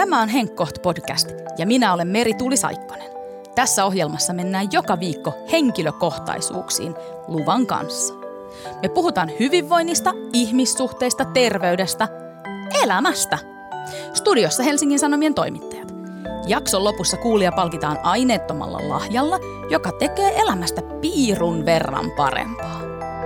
Tämä on Henkkoht podcast ja minä olen Meri-Tuuli Saikkonen. Tässä ohjelmassa mennään joka viikko henkilökohtaisuuksiin luvan kanssa. Me puhutaan hyvinvoinnista, ihmissuhteista, terveydestä, elämästä. Studiossa Helsingin Sanomien toimittajat. Jakson lopussa kuulija palkitaan aineettomalla lahjalla, joka tekee elämästä piirun verran parempaa.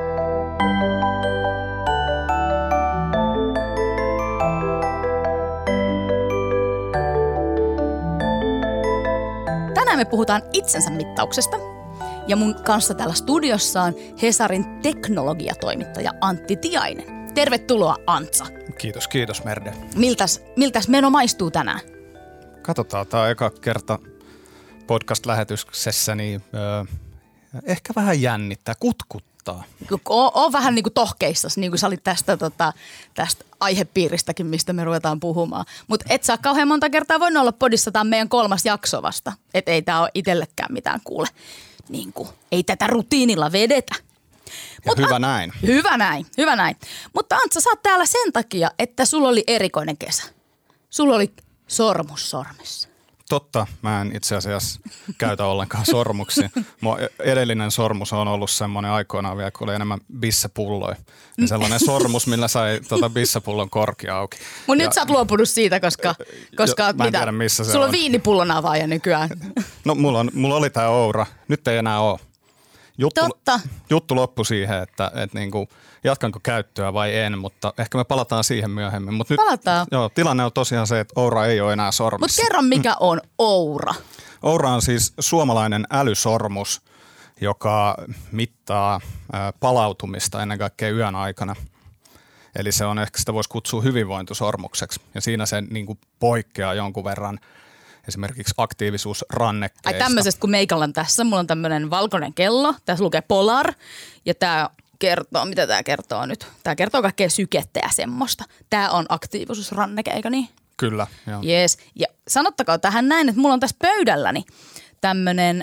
Tänään me puhutaan itsensä mittauksesta ja mun kanssa täällä studiossa on Hesarin teknologiatoimittaja Antti Tiainen. Tervetuloa, Antsa. Kiitos Merde. Miltäs meno maistuu tänään? Katsotaan, tämä on eka kerta podcast-lähetyksessä, niin ehkä vähän jännittää, kutkuttaa. Oon vähän niin kuin tohkeissas, niin kuin sä olit tästä aihepiiristäkin, mistä me ruvetaan puhumaan. Mutta et saa kauhean monta kertaa voinut olla podissa, tämä on meidän 3. jakso vasta. Että ei tämä ole itsellekään mitään kuule. Niin kuin, ei tätä rutiinilla vedetä. Hyvä näin. Hyvä näin. Mutta Antsa, sä oot täällä sen takia, että sulla oli erikoinen kesä. Sulla oli sormus sormessa. Totta, mä en itse asiassa käytä ollenkaan sormuksia. Mun edellinen sormus on ollut semmoinen aikoinaan vielä, kun oli enemmän bissepulloja. Ja sellainen sormus, millä sai bissepullon korki auki. Mutta nyt sä oot luopunut siitä, koska mä en tiedä, missä se sulla on. on viinipullon avaaja nykyään. No mulla oli tää Oura, nyt ei enää ole. Juttu loppui siihen, että niinku, jatkanko käyttöä vai en, mutta ehkä me palataan siihen myöhemmin. Mut nyt, palataan. Joo, tilanne on tosiaan se, että Oura ei ole enää sormissa. Mutta kerro, mikä on Oura? Oura on siis suomalainen älysormus, joka mittaa palautumista ennen kaikkea yön aikana. Eli se on, ehkä sitä voisi kutsua hyvinvointisormukseksi, ja siinä se niinku poikkeaa jonkun verran esimerkiksi aktiivisuusrannekkeista. Ai tämmöisestä, kun meikalla on tässä, mulla on tämmöinen valkoinen kello, tässä lukee Polar, ja tämä kertoo, mitä tämä kertoo nyt? Tämä kertoo kaikkea sykettä ja semmoista. Tämä on aktiivisuusranneke, eikö niin? Kyllä, joo. Jees, ja sanottakaa tähän näin, että mulla on tässä pöydälläni tämmöinen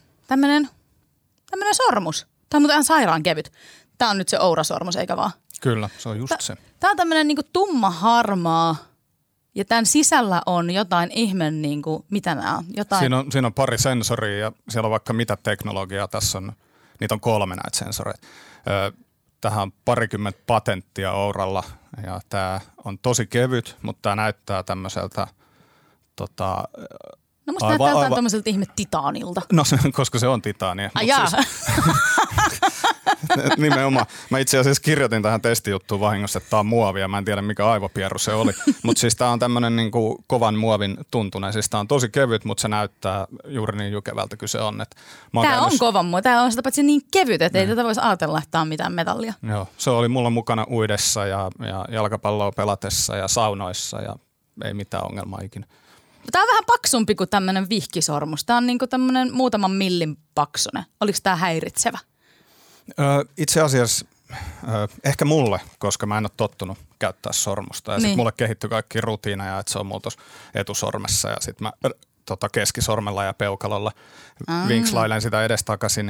sormus. Tämä on muuten ihan sairaan kevyt. Tämä on nyt se Oura-sormus, eikä vaan? Kyllä, se on just se. Tämä on tämmöinen niinku tumma harmaa. Ja tämän sisällä on jotain mitä nämä on? Siinä on pari sensoria ja siellä on vaikka mitä teknologiaa. Tässä on, niitä on 3 näitä sensoreita. Tähän on 20 patenttia Ouralla ja tämä on tosi kevyt, mutta tämä näyttää tämmöiseltä no musta näyttää jotain tämmöiseltä ihme titaanilta. No koska se on titaania. Ai jaa. Siis, nimenomaan. Mä itse asiassa kirjoitin tähän testijuttuun vahingossa, että tää on muovia. Mä en tiedä mikä aivopierru se oli. Mutta siis tää on tämmönen niinku kovan muovin tuntunen. Siis tää on tosi kevyt, mutta se näyttää juuri niin jykevältä kuin se on. Tää on kovan muovi. Tää on sitä paitsi niin kevyt, että ei tätä voisi ajatella, että tää on mitään metallia. Joo, se oli mulla mukana uidessa ja jalkapalloa pelatessa ja saunoissa ja ei mitään ongelmaa ikinä. Tää on vähän paksumpi kuin tämmönen vihkisormus. Tää on niinku tämmönen muutaman millin paksunen. Oliko tää häiritsevä? Itse asiassa ehkä mulle, koska mä en ole tottunut käyttää sormusta. Ja sitten mulle kehittyi kaikki rutiineja, että se on mulla tuossa etusormessa ja sitten mä keskisormella ja peukalolla vinkslailen sitä edestakaisin.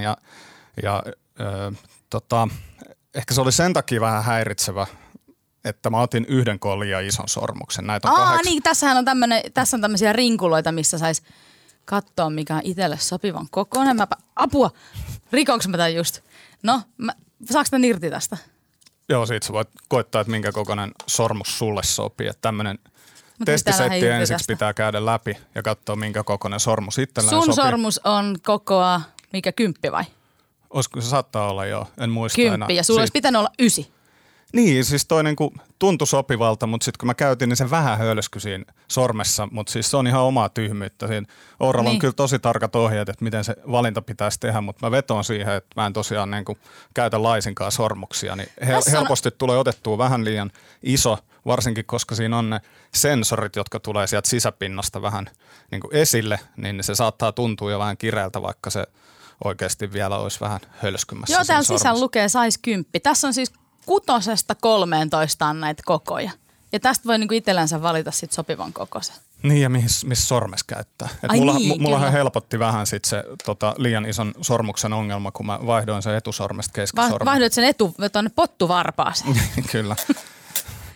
Ehkä se oli sen takia vähän häiritsevä, että mä otin yhden liian ison sormuksen. Näitä on 8. Niin, tässä on tämmöisiä rinkuloita, missä sais katsoa, mikä on itselle sopivan kokoinen. Apua, rikoinko mä tämän just? No, saanko tämän irti tästä? Joo, siitä sä voit koittaa, että minkä kokoinen sormus sulle sopii. Että tämmöinen testisetti ensiksi pitää käydä läpi ja katsoa, minkä kokoinen sormus itsellään sopii. Sun sormus on kokoa, mikä 10 vai? Olisiko se saattaa olla, joo. En muista 10, enää. ja sulla olisi pitänyt olla 9. Niin, siis toi niinku tuntui sopivalta, mutta sitten kun mä käytin, niin se vähän hölsky siinä sormessa, mutta siis se on ihan omaa tyhmyyttä. Siinä Ouralla on kyllä tosi tarkat ohjeet, että miten se valinta pitäisi tehdä, mutta mä vetoan siihen, että mä en tosiaan niinku käytä laisinkaan sormuksia, niin helposti tulee otettua vähän liian iso, varsinkin koska siinä on ne sensorit, jotka tulee sieltä sisäpinnasta vähän niinku esille, niin se saattaa tuntua jo vähän kireältä, vaikka se oikeasti vielä olisi vähän hölskymässä. Joo, täällä sisällä lukee sais 10. Tässä on siis 6–13 on näitä kokoja. Ja tästä voi niinku itsellänsä valita sit sopivan kokoisen. Niin ja missä sormes käyttää. Mullahan helpotti vähän sit se liian ison sormuksen ongelma, kun mä vaihdoin sen etusormesta keskisormen. Vaihdoit sen tuonne pottuvarpaaseen. Kyllä.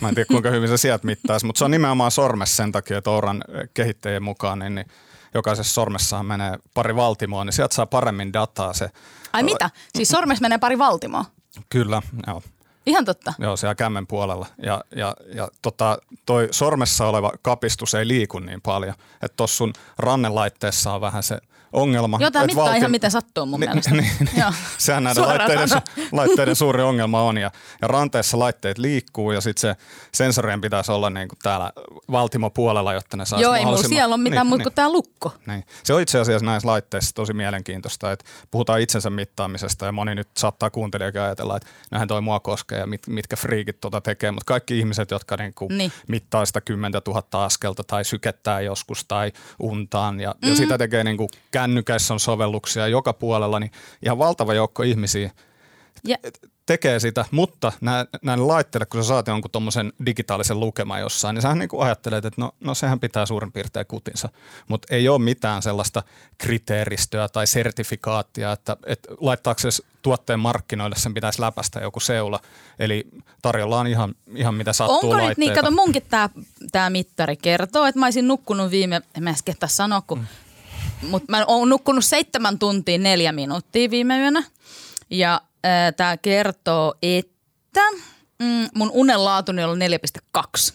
Mä en tiedä kuinka hyvin se sieltä mittaisi, mutta se on nimenomaan sormessa sen takia, että Ouran kehittäjien mukaan niin jokaisessa sormessahan menee pari valtimoa, niin sieltä saa paremmin dataa se. Ai mitä? Siis sormessa menee pari valtimoa? Kyllä, joo. Ihan totta? Joo, siellä kämmen puolella. Ja toi sormessa oleva kapistus ei liiku niin paljon. Että tuossa sun rannelaitteessa on vähän se ongelma. Joo, tämä mittaa ihan miten sattuu mun mielestä. Sehän näiden laitteiden suuri ongelma on. Ja ranteessa laitteet liikkuu ja sitten se sensorien pitäisi olla niin kuin täällä valtimopuolella, jotta ne saa Joo, ei mulla siellä ole mitään muuta kuin tämä lukko. Niin. Se on itse asiassa näissä laitteissa tosi mielenkiintoista, että puhutaan itsensä mittaamisesta ja moni nyt saattaa kuuntelijakin ajatella, että näinhän toi mua koskee ja mitkä friikit tekee, mutta kaikki ihmiset, jotka mittaa sitä 10 000 askelta tai sykettää joskus tai untaan ja sitä tekee niin kuin kännykäissä on sovelluksia joka puolella, niin ihan valtava joukko ihmisiä tekee sitä, mutta näille laitteille, kun sä saat jonkun tommosen digitaalisen lukeman jossain, niin sähän niin kuin ajattelet, että no sehän pitää suurin piirtein kutinsa, mutta ei ole mitään sellaista kriteeristöä tai sertifikaattia, että laittaako se tuotteen markkinoille, sen pitäisi läpäistä joku seula, eli tarjolla on ihan mitä sattuu laitteita. Onko nyt niin, kato munkin tää mittari kertoo, että mä olisin nukkunut en mä edes kehtaa sanoa, mutta mä oon nukkunut 7 tuntia 4 minuuttia viime yönä ja tämä kertoo, että mun unenlaatuni on 4,2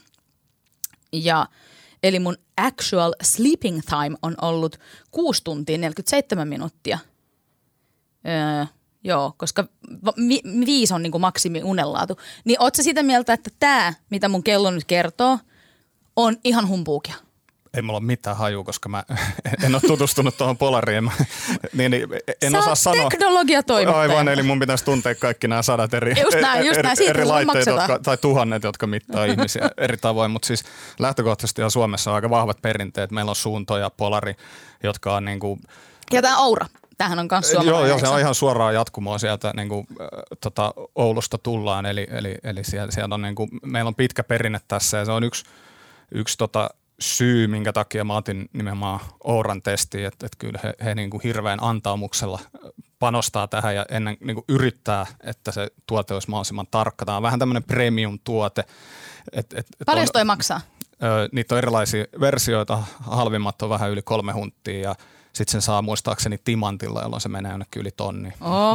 eli mun actual sleeping time on ollut 6 tuntia 47 minuuttia. Joo, koska 5 on niinku maksimi unenlaatu. Niin ootko sä sitä mieltä, että tämä, mitä mun kello nyt kertoo, on ihan humpuukia? Ei mulla ole mitään hajua, koska mä en ole tutustunut tuohon Polariin. niin en osaa sanoa. Sä oot teknologiatoimittaja. Aivan, eli mun pitäisi tuntea kaikki nämä 100 eri laitteet tai 1000, jotka mittaa ihmisiä eri tavoin. Mutta siis lähtökohtaisesti ihan Suomessa on aika vahvat perinteet. Meillä on Suunto ja Polari, jotka on niinku... Ja tämä Oura. Tämähän on myös suomalainen. Joo, se on ihan suoraa jatkumoa sieltä niinku, Oulusta tullaan. Eli siellä on niinku, meillä on pitkä perinne tässä ja se on yksi syy, minkä takia mä otin nimenomaan Ouran testiin, että kyllä he niin kuin hirveän antaumuksella panostaa tähän ja ennen niin kuin yrittää, että se tuote olisi mahdollisimman tarkka. Tämä on vähän tämmöinen premium-tuote. Paljon toi maksaa? Niitä on erilaisia versioita, halvimmat on vähän yli 3 hunttia ja sitten sen saa muistaakseni timantilla, jolloin se menee jonnekin yli tonni.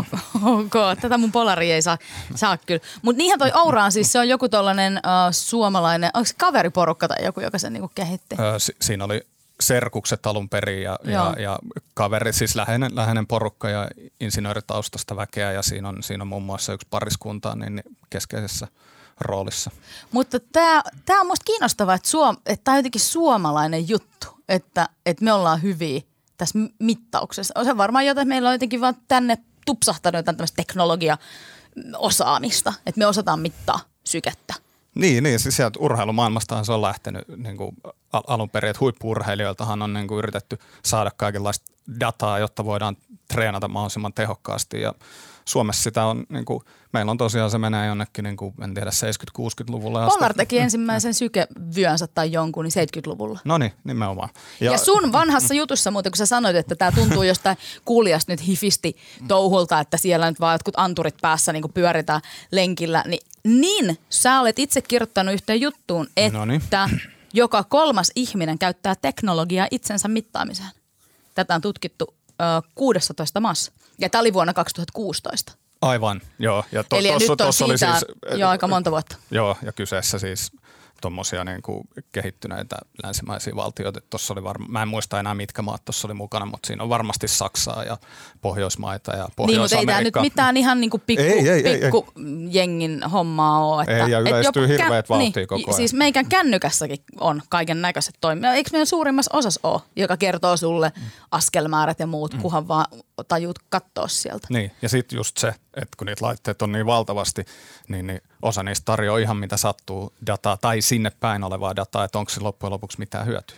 Tätä mun Polari ei saa kyllä. Mutta niinhän toi Oura on siis, se on joku tollainen suomalainen, onko se kaveriporukka tai joku, joka sen niinku kehitti? Siinä oli serkukset alun perin ja kaveri, siis läheinen porukka ja insinööritaustasta väkeä ja siinä on muun muassa yksi pariskunta niin keskeisessä roolissa. Mutta tämä on musta kiinnostavaa, että tämä on jotenkin suomalainen juttu, että me ollaan hyviä tässä mittauksessa. On se varmaan jotain, että meillä on jotenkin vaan tänne tupsahtanut jotain tämmöistä teknologia-osaamista, että me osataan mittaa sykettä. Niin, siis sieltä urheilumaailmastahan se on lähtenyt niin kuin alun perin, että huippu-urheilijoiltahan on niin kuin yritetty saada kaikenlaista dataa, jotta voidaan treenata mahdollisimman tehokkaasti ja Suomessa sitä on, niin kuin, meillä on tosiaan se menee jonnekin, niin kuin, en tiedä, 70-60-luvulla. Polar teki ensimmäisen sykevyönsä tai jonkun, niin 70-luvulla. No niin, nimenomaan. Ja sun vanhassa jutussa muuten, kun sä sanoit, että tämä tuntuu jostain kuulijasta nyt hifisti touhulta, että siellä nyt vaan jotkut anturit päässä niin kuin pyöritään lenkillä, niin sä olet itse kirjoittanut yhteen juttuun, että joka 3. ihminen käyttää teknologiaa itsensä mittaamiseen. Tätä on tutkittu 16 maassa. Ja tämä oli vuonna 2016. Aivan, joo. Ja eli nyt on siitä siis, jo aika monta vuotta. Joo, ja kyseessä siis tuommoisia niin kuin kehittyneitä länsimaisia valtioita. Tuossa oli mä en muista enää mitkä maat tuossa oli mukana, mutta siinä on varmasti Saksaa ja Pohjoismaita ja Pohjois-Amerikka. Niin, mutta ei tämä nyt mitään ihan niin kuin pikku jengin hommaa ole. Että, ei, ja yleistyy hirveät vauhtia koko ajan. Siis meikän kännykässäkin on kaiken näköiset toimia. Eikö meidän suurimmassa osassa ole, joka kertoo sulle askelmäärät ja muut, kunhan vaan tajuut katsoa sieltä. Niin, ja sitten just se, että kun niitä laitteet on niin valtavasti, niin osa niistä tarjoaa ihan mitä sattuu dataa tai sinne päin olevaa dataa, että onko se loppujen lopuksi mitään hyötyä.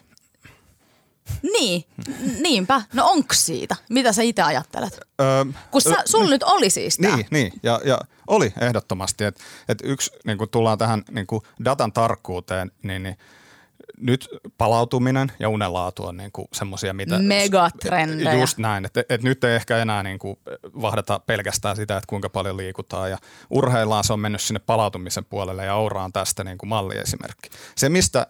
Niin, niinpä. No onko siitä? Mitä sä itse ajattelet? Kun sulla nyt oli siis tämä. Niin. Ja oli ehdottomasti. Et yksi, niin kun tullaan tähän niin kun datan tarkkuuteen, niin nyt palautuminen ja unenlaatu on niinku semmoisia, mitä... Megatrendejä. Just näin, että nyt ei ehkä enää niinku vahdata pelkästään sitä, että kuinka paljon liikutaan ja urheillaan, se on mennyt sinne palautumisen puolelle ja Oura on tästä niinku malliesimerkki. Se, mistä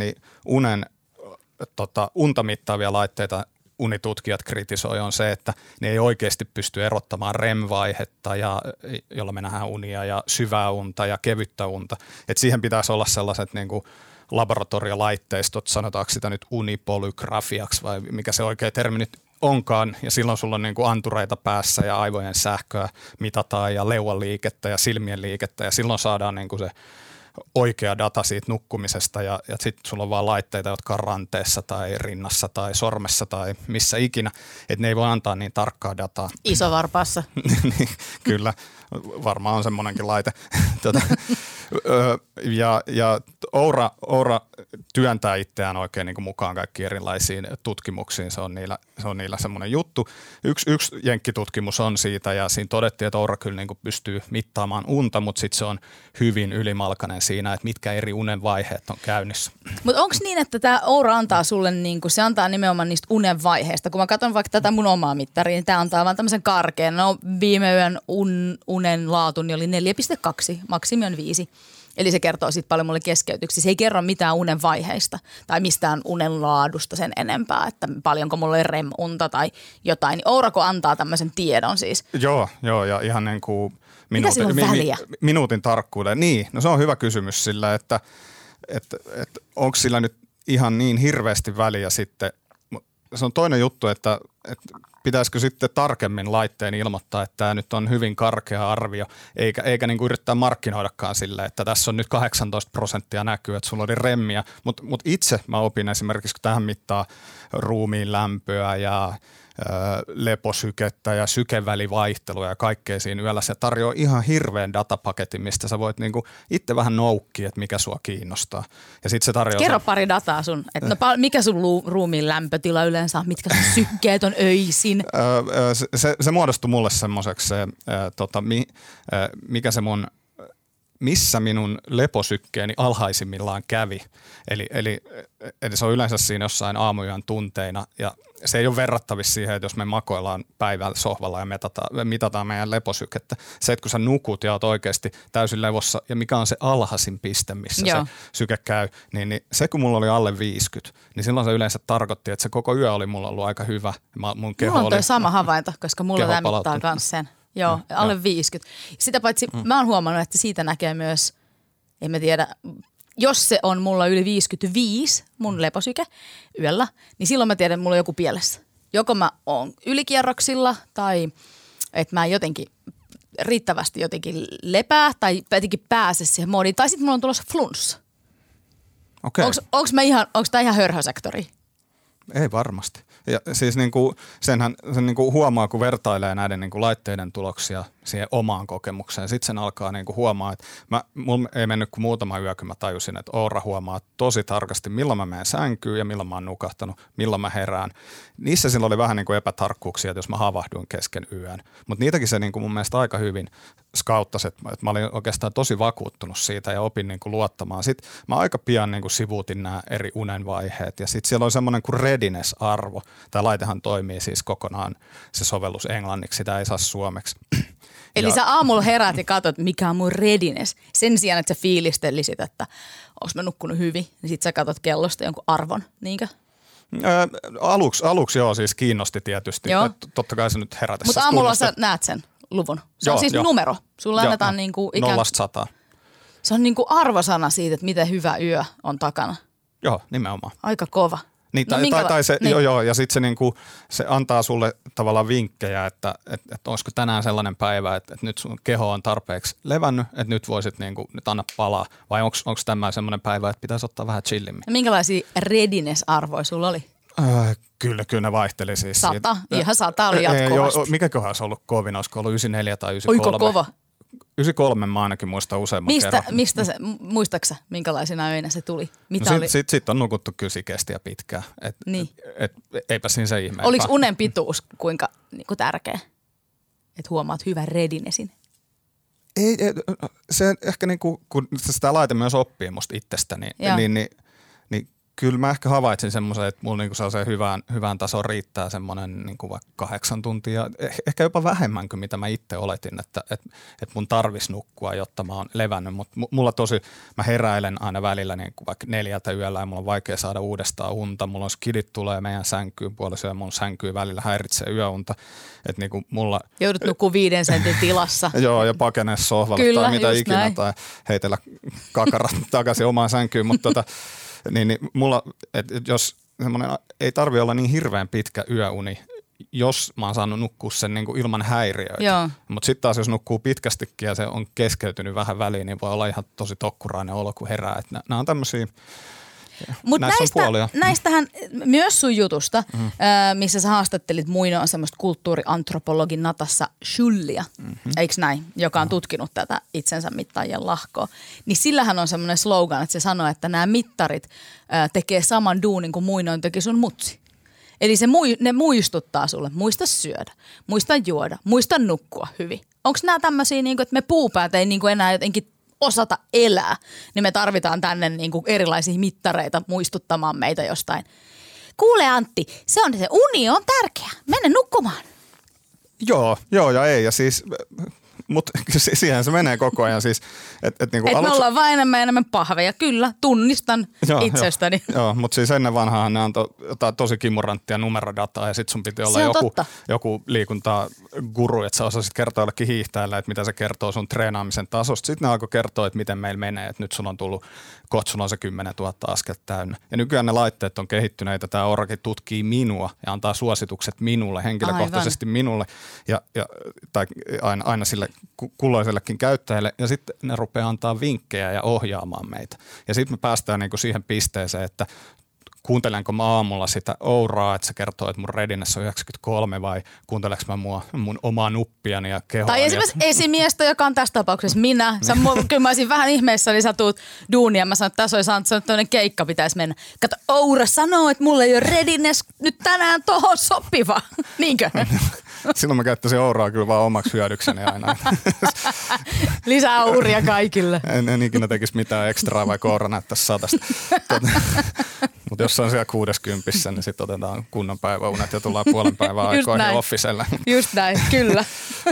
unta mittaavia laitteita unitutkijat kritisoi, on se, että ne ei oikeasti pysty erottamaan REM-vaihetta, jolla me nähdään unia ja syvää unta ja kevyttä unta. Et siihen pitäisi olla sellaiset niinku laboratoriolaitteistot, sanotaanko sitä nyt unipolygrafiaksi vai mikä se oikea termi nyt onkaan. Ja silloin sulla on niinku antureita päässä ja aivojen sähköä mitataan ja leuan liikettä ja silmien liikettä ja silloin saadaan niinku se oikea data siitä nukkumisesta ja sitten sulla on vaan laitteita, jotka on ranteessa tai rinnassa tai sormessa tai missä ikinä, että ne ei voi antaa niin tarkkaa dataa. Isovarpaassa. Niin, kyllä, varmaan on semmoinenkin laite. Ja Oura työntää itseään oikein niin kuin mukaan kaikkiin erilaisiin tutkimuksiin. Se on niillä semmoinen juttu. Yksi jenkkitutkimus on siitä ja siinä todettiin, että Oura kyllä niin kuin pystyy mittaamaan unta, mutta sitten se on hyvin ylimalkainen siinä, että mitkä eri unen vaiheet on käynnissä. Mutta onko niin, että tämä Oura antaa sulle, niinku, se antaa nimenomaan niistä unen vaiheista? Kun mä katson vaikka tätä mun omaa mittaria, niin tämä antaa vaan tämmöisen karkean. No viime yön unen laatuni oli 4,2, maksimi on 5. Eli se kertoo sitten paljon mulle keskeytyksiä. Se ei kerro mitään unen vaiheista tai mistään unen laadusta sen enempää, että paljonko mulla oli REM-unta tai jotain. Niin Ourako antaa tämmöisen tiedon siis? Joo, ja ihan niin kuin minuutin tarkkuudella. Niin, no se on hyvä kysymys sillä, että onko sillä nyt ihan niin hirveästi väliä sitten. Se on toinen juttu, että pitäisikö sitten tarkemmin laitteen ilmoittaa, että tämä nyt on hyvin karkea arvio, eikä niin kuin yrittää markkinoidakaan sille, että tässä on nyt 18% näkyy, että sulla oli remmiä. Mutta itse mä opin esimerkiksi, kun tähän mittaa ruumiin lämpöä ja leposykettä ja sykevälivaihtelua ja kaikkea siinä yöllä. Se tarjoaa ihan hirveän datapaketin, mistä sä voit niinku itse vähän noukkia, että mikä sua kiinnostaa. Ja sit se tarjoaa... Kerro pari dataa sun, että no, mikä sun ruumiin lämpötila yleensä on, mitkä sun sykkeet on öisin? Se muodostui mulle semmoiseksi, mikä se missä minun leposykkeeni alhaisimmillaan kävi. Eli se on yleensä siinä jossain aamuyön tunteina ja se ei ole verrattavissa siihen, että jos me makoillaan päivällä sohvalla ja mitataan meidän leposykettä. Se, että kun sä nukut ja oot oikeasti täysin levossa ja mikä on se alhaisin piste, missä se syke käy, niin se kun mulla oli alle 50, niin silloin se yleensä tarkoitti, että se koko yö oli mulla ollut aika hyvä. Mun keho mulla on toi sama havainto, koska mulla lämmittää myös sen. Joo, alle 50. Sitä paitsi mä oon huomannut, että siitä näkee myös, en mä tiedä, jos se on mulla yli 55, mun leposyke yöllä, niin silloin mä tiedän, että mulla on joku pielessä. Joko mä oon ylikierroksilla tai että mä jotenkin riittävästi jotenkin lepää tai jotenkin pääse siihen moodiin. Tai sitten mulla on tulossa flunssa. Okei. Onko tää ihan hörhösektori? Ei varmasti. Ja siis sen huomaa, kun vertailee näiden laitteiden tuloksia siihen omaan kokemukseen. Sitten sen alkaa huomaa, että mulla ei mennyt kuin muutama yö, kun mä tajusin, että Oura huomaa tosi tarkasti, milloin mä menen sänkyyn ja milloin mä oon nukahtanut, milloin mä herään. Niissä sillä oli vähän epätarkkuuksia, että jos mä havahduin kesken yön. Mutta niitäkin se mun mielestä aika hyvin skauttasi, että mä olin oikeastaan tosi vakuuttunut siitä ja opin luottamaan. Sitten mä aika pian sivuutin nämä eri unenvaiheet ja sitten siellä oli semmoinen kuin readiness-arvo. Tämä laitehan toimii siis kokonaan, se sovellus englanniksi, sitä ei saa suomeksi. Eli sä aamulla herät ja katsot, mikä on mun readiness. Sen sijaan, että sä fiilistelisit, että onko mä nukkunut hyvin, niin sit sä katsot kellosta jonkun arvon, niinkö? Aluksi joo, siis kiinnosti tietysti. Totta kai se nyt herätessä. Mutta aamulla sä näet sen luvun. Se on siis numero. Sulla annetaan ikään 0-100. Se on arvosana siitä, että miten hyvä yö on takana. Joo, nimenomaan. Aika kova. Niin, ja sitten se antaa sulle tavallaan vinkkejä, että olisiko tänään sellainen päivä, että nyt sun keho on tarpeeksi levännyt, että nyt voisit nyt anna palaa, vai onko tämä sellainen päivä, että pitäisi ottaa vähän chillimmin. No, minkälaisia readiness-arvoja sulla oli? Kyllä ne vaihteli siis. 100, ihan 100 oli jatkuvasti. Mikäköhän olisi ollut kovin, olisiko ollut 94 tai 93? Oiko kova? 93 mä ainakin muistan useamman kerran. Muistatko muistaaksä öinä se tuli? Sitten on nukuttu kyllä sikeästi ja pitkään. Eipä siinä se ihmeempää. Oliko unen pituus kuinka tärkeä? Että huomaat hyvän readinessin? Ei, se ehkä kun sitä laite myös oppii musta itsestä, niin Kyllä mä ehkä havaitsin semmoisen, että mulla niinku se hyvään tasoon riittää semmoinen niinku vaikka 8 tuntia, ehkä jopa vähemmän kuin mitä mä itse oletin, että mun tarvisi nukkua, jotta mä oon levännyt, mutta mulla mä heräilen aina välillä niinku vaikka 4 yöllä ja mulla on vaikea saada uudestaan unta, mulla on skidit tulee meidän sänkyyn puolella ja mun sänkyy välillä häiritsee yöunta, että niinku mulla... Joudut nukkuu 5 sentin tilassa. Joo, ja pakenee sohvalle kyllä, tai mitä ikinä näin. Tai heitellä kakarat takaisin omaan sänkyyn, mutta niin mulla, että jos semmoinen, ei tarvi olla niin hirveän pitkä yöuni, jos mä oon saanut nukkua sen niin kuin ilman häiriöitä. Mutta sitten taas jos nukkuu pitkästikin ja se on keskeytynyt vähän väliin, niin voi olla ihan tosi tokkurainen olo, kun herää. Että nämä on tämmöisiä... Mutta näistähän myös sun jutusta, missä sä haastattelit muinoin semmoista kulttuuriantropologin Natasha Schullia, eikö näin, joka on tutkinut tätä itsensä mittaajien lahkoa. Niin sillähän on semmoinen slogan, että se sanoo, että nämä mittarit tekee saman duunin kuin muinoin teki sun mutsi. Eli ne muistuttaa sulle, muista syödä, muista juoda, muista nukkua hyvin. Onko nämä tämmöisiä, että me puupäät ei enää jotenkin osata elää, niin me tarvitaan tänne niinku erilaisia mittareita muistuttamaan meitä jostain. Kuule Antti, se uni on tärkeä. Mene nukkumaan. Joo ja ei. Ja siis, mutta siihen se menee koko ajan. Siis, niinku me ollaan vaan enemmän pahveja. Kyllä, tunnistan itsestäni. Joo, mutta siis ennen vanhaan ne antoi jotain tosi kimuranttia numerodataa ja sit sun piti olla joku liikunta-guru, että sä osasit kertoa jollekin hiihtäjälle, että mitä se kertoo sun treenaamisen tasosta. Sitten ne alkoi kertoa, että miten meillä menee, että nyt sulla on tullut, sulla on se 10 000 askelta täynnä. Ja nykyään ne laitteet on kehittyneitä. Tämä Ourakin tutkii minua ja antaa suositukset minulle, henkilökohtaisesti minulle tai aina sille kulloisellekin käyttäjälle ja sitten ne rupeaa antaa vinkkejä ja ohjaamaan meitä. Ja sitten me päästään niinku siihen pisteeseen, että kuuntelenko mä aamulla sitä Ouraa, että se kertoo, että mun readiness on 93 vai kuunteleks mä mun omaa nuppiani ja kehoa. Tai esimerkiksi esimiestä, joka on tässä tapauksessa minä. Kyllä mä olisin vähän ihmeessä, niin sä tuut duunia. Mä sanoin, että tässä olisi tämmöinen keikka pitäisi mennä. Kato, Oura sanoo, että mulla ei ole readiness nyt tänään tohon sopiva. Niinkö? Silloin mä käyttäisin Ouraa kyllä vaan omaksi hyödykseni aina. Lisää Ouria kaikille. En ikinä tekisi mitään ekstraa, vaikka Oura näyttäisi 100. Mutta jos on siellä 60, niin sitten otetaan kunnon päiväunet ja tullaan puolen päivän aikoihin officelle. Just näin, kyllä.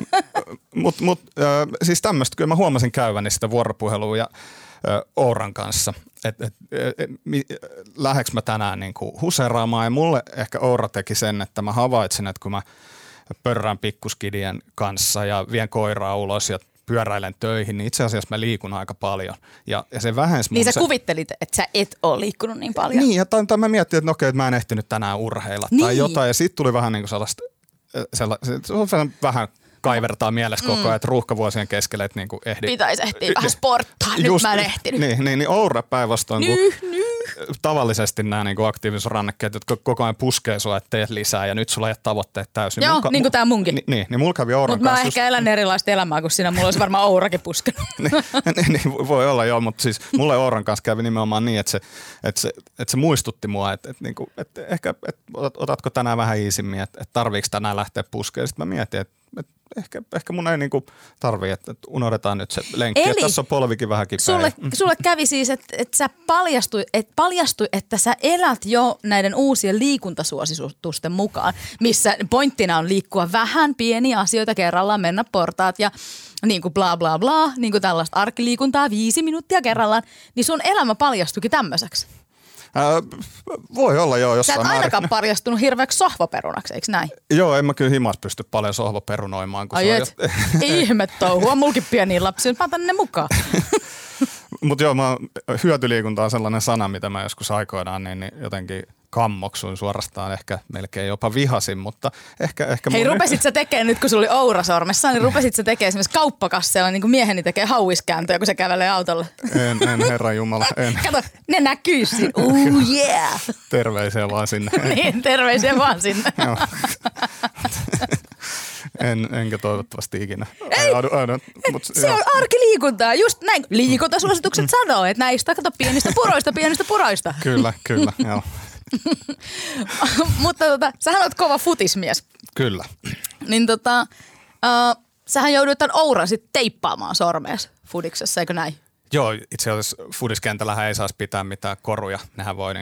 Siis tämmöistä kyllä mä huomasin käyväni sitä vuoropuhelua ja Ouran kanssa, että lähdekö mä tänään niinku huseraamaan ja mulle ehkä Oura teki sen, että mä havaitsin, että kun mä pörrään pikkuskidien kanssa ja vien koiraa ulos ja pyöräilen töihin, niin itse asiassa mä liikun aika paljon. Ja se vähensi niin sä kuvittelit, että sä et ole liikkunut niin paljon. Niin, tai mä miettin, että okei, että mä en ehtinyt tänään urheilla tai jotain. Ja siitä tuli vähän niin kuin sellaista vähän kaivertaa mielessä koko ajan, että ruuhkavuosien keskellä, että niin kuin pitäisi ehtiä vähän sporttaa, nyt mä en ehtinyt. Niin Oura päinvastoin, tavallisesti nämä niin aktiivisuusrannekkeet, jotka koko ajan puskee sua, että teet lisää ja nyt sulla ei ole tavoitteet täysin. Joo, niin kuin tää munkin. Niin mulla kävi Ouran kanssa. Mutta mä ehkä elän erilaista elämää kuin sinä, mulla olisi varmaan Ourakin puskenut. niin, voi olla joo, mutta siis mulle Ouran kanssa kävi nimenomaan niin, että se muistutti mua, että ehkä otatko tänään vähän iisimmin, että tarviiko tänään lähteä puskemaan. Sitten mä mietin, että ehkä mun ei niinku tarvii, että unohdetaan nyt se lenkki. Eli tässä on polvikin vähän kipeä. Sulle kävi siis, että sä paljastui, että sä elät jo näiden uusien liikuntasuositusten mukaan, missä pointtina on liikkua vähän pieniä asioita kerrallaan, mennä portaat ja niin kuin bla bla bla, niin kuin tällaista arkiliikuntaa 5 minuuttia kerrallaan, niin sun elämä paljastuikin tämmöiseksi. Voi olla joo jossain määrin. Sä et ainakaan paljastunut hirveäksi sohvaperunaksi, eikö näin? Joo, en mä kyllä himas pysty paljon sohvaperunoimaan. Ihme touhua, mulkin pieniä lapsia, mä otan ne mukaan. Mutta joo, hyötyliikunta on sellainen sana, mitä mä joskus aikoinaan niin jotenkin kammoksuin suorastaan, ehkä melkein jopa vihasin, mutta ehkä hei, rupesit sä tekemään nyt, kun sulla oli Oura sormessa, niin rupesit sä tekemään esimerkiksi kauppakasseilla, niin kuin mieheni tekee hauiskääntöjä, kun se kävelee autolle. En herranjumala, en. Kato, ne näkyy siinä. Yeah! Terveisiä vaan sinne. Niin, terveisiä vaan sinne. Enkä toivottavasti ikinä. Se on arkiliikuntaa, just näin. Liikuntasuositukset sanoo, että näistä kato pienistä puroista. Kyllä, joo. Mutta sähän oot kova futismies. Kyllä. Niin sähän jouduit tämän Ouran sitten teippaamaan sormeesi fudiksessa, eikö näin? Joo, itse asiassa fudiskentällähän ei saisi pitää mitään koruja. Nehän voi niinku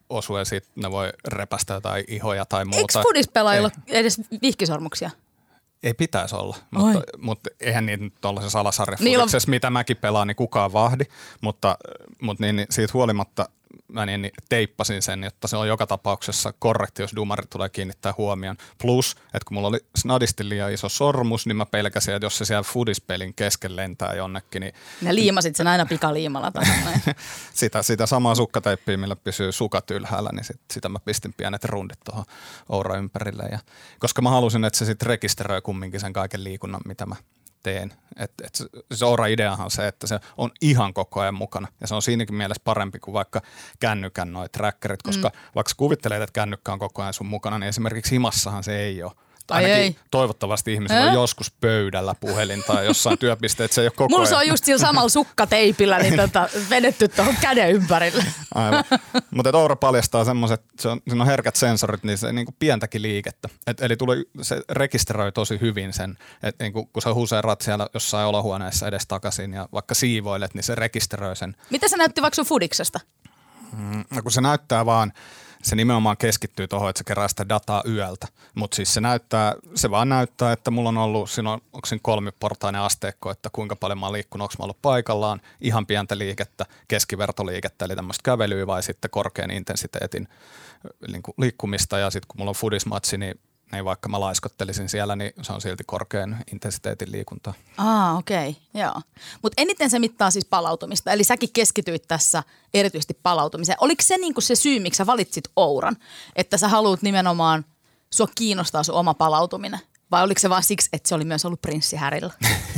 osuu ja sitten ne voi repästä jotain ihoja tai muuta. Eikö foodispelaajilla edes vihkisormuksia? Ei pitäisi olla, mutta eihän niitä nyt tuollaisessa alasarjafudiksessa, mitä mäkin pelaan, niin kukaan vahdi, mutta niin siitä huolimatta mä niin teippasin sen, että se on joka tapauksessa korrekti, jos dumari tulee kiinnittää huomioon. Plus, että kun mulla oli snadisti liian iso sormus, niin mä pelkäsin, että jos se siellä foodispelin kesken lentää jonnekin, niin... Ja liimasit sen aina pikaliimalla tai sitä samaa sukkateippiä, millä pysyy sukat ylhäällä, niin sitä mä pistin pienet rundit tuohon Oura ympärille. Ja, koska mä halusin, että se sitten rekisteröi kumminkin sen kaiken liikunnan, mitä mä teen. Se Oura-ideahan on se, että se on ihan koko ajan mukana. Ja se on siinäkin mielessä parempi kuin vaikka kännykän noi trackerit, koska vaikka kuvittelee, että kännykkä on koko ajan sun mukana, niin esimerkiksi himassahan se ei ole. Ainakin toivottavasti ihmisillä on joskus pöydällä puhelin tai jossain työpisteet, se ei ole koko ajan. Mulla se on just sillä samalla sukkateipillä niin vedetty tuohon käden ympärille. Aivan. Mutta Oura paljastaa semmoiset, siinä on herkät sensorit, niin se niinku pientäkin liikettä. Eli se rekisteröi tosi hyvin sen, että niinku, kun sä huseerat siellä jossain olohuoneessa edes takaisin ja vaikka siivoilet, niin se rekisteröi sen. Mitä se näytti vaikka sun foodiksesta? No kun se näyttää vaan, se nimenomaan keskittyy tuohon, että se kerää sitä dataa yöltä. Mutta siis se vaan näyttää, että mulla on ollut, onko siinä 3-portainen asteikko, että kuinka paljon mä oon liikkunut, onko mä ollut paikallaan, ihan pientä liikettä, keskivertoliikettä, eli tämmöistä kävelyä vai sitten korkean intensiteetin liikkumista. Ja sitten kun mulla on foodismatsi, niin vaikka mä laiskottelisin siellä, niin se on silti korkean intensiteetin liikuntaa. Okei, joo. Mutta eniten se mittaa siis palautumista, eli säkin keskityit tässä erityisesti palautumiseen. Oliko se niinku se syy, miksi sä valitsit Ouran, että sä haluat nimenomaan, sua kiinnostaa sun oma palautuminen? Vai oliko se vaan siksi, että se oli myös ollut Prinssi Harryllä?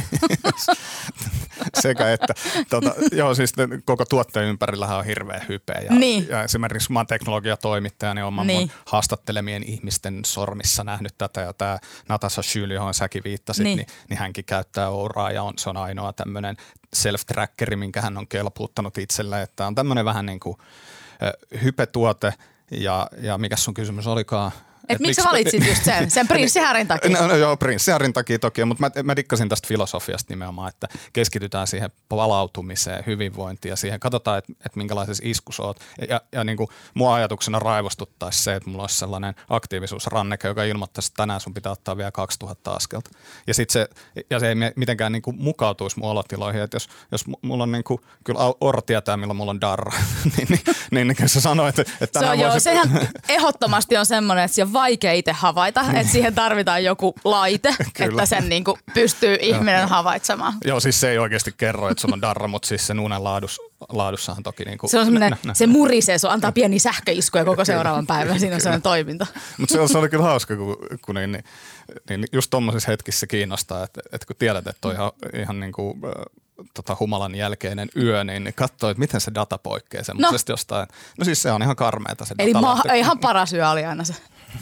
Sekä että, joo siis koko tuotteen ympärillähän on hirveä hype ja esimerkiksi mä oon teknologiatoimittaja, niin oon mun haastattelemien ihmisten sormissa nähnyt tätä ja tämä Natasha Schüll, johon säkin viittasit, niin hänkin käyttää Ouraa ja se on ainoa tämmöinen self-trackeri, minkä hän on kelpuuttanut itselleen, että on tämmöinen vähän niin kuin hype-tuote ja mikä sun kysymys olikaan? Että miksi sä valitsit just sen Prinssi Harryn takia? No joo, Prinssi Harryn takia toki, mutta mä dikkasin tästä filosofiasta nimenomaan, että keskitytään siihen palautumiseen, hyvinvointiin ja siihen. Katsotaan, että minkälaisessa iskussa oot. Ja niin kuin mua ajatuksena raivostuttaisi se, että mulla olisi sellainen aktiivisuusranneke, joka ilmoittaisi, että tänään sun pitää ottaa vielä 2000 askelta. Ja sitten se ei mitenkään niin kuin mukautuisi mun olotiloihin, että jos mulla on niin kuin, kyllä Oura tietää, milloin mulla on darra, niin se sanoo, että tänään voisi... Sehän ehdottomasti on semmoinen, että on vaikea itse havaita, että siihen tarvitaan joku laite, että sen niin kuin pystyy ihminen havaitsemaan. Joo, siis se ei oikeasti kerro, että sulla on darra, mutta siis sen unen laadussahan toki niin kuin... Se on semmoinen, se murisee, se antaa pieni sähköiskuja koko seuraavan päivän, siinä on sellainen toiminta. Mutta se oli kyllä hauska, kun niin just tommosissa hetkissä kiinnostaa, että kun tiedät, että on ihan niin kuin... humalan jälkeinen yö, niin katsoo, että miten se data poikkeaa semmoisesta jostain. No siis se on ihan karmeeta se eli data. Eli ihan paras yö oli aina se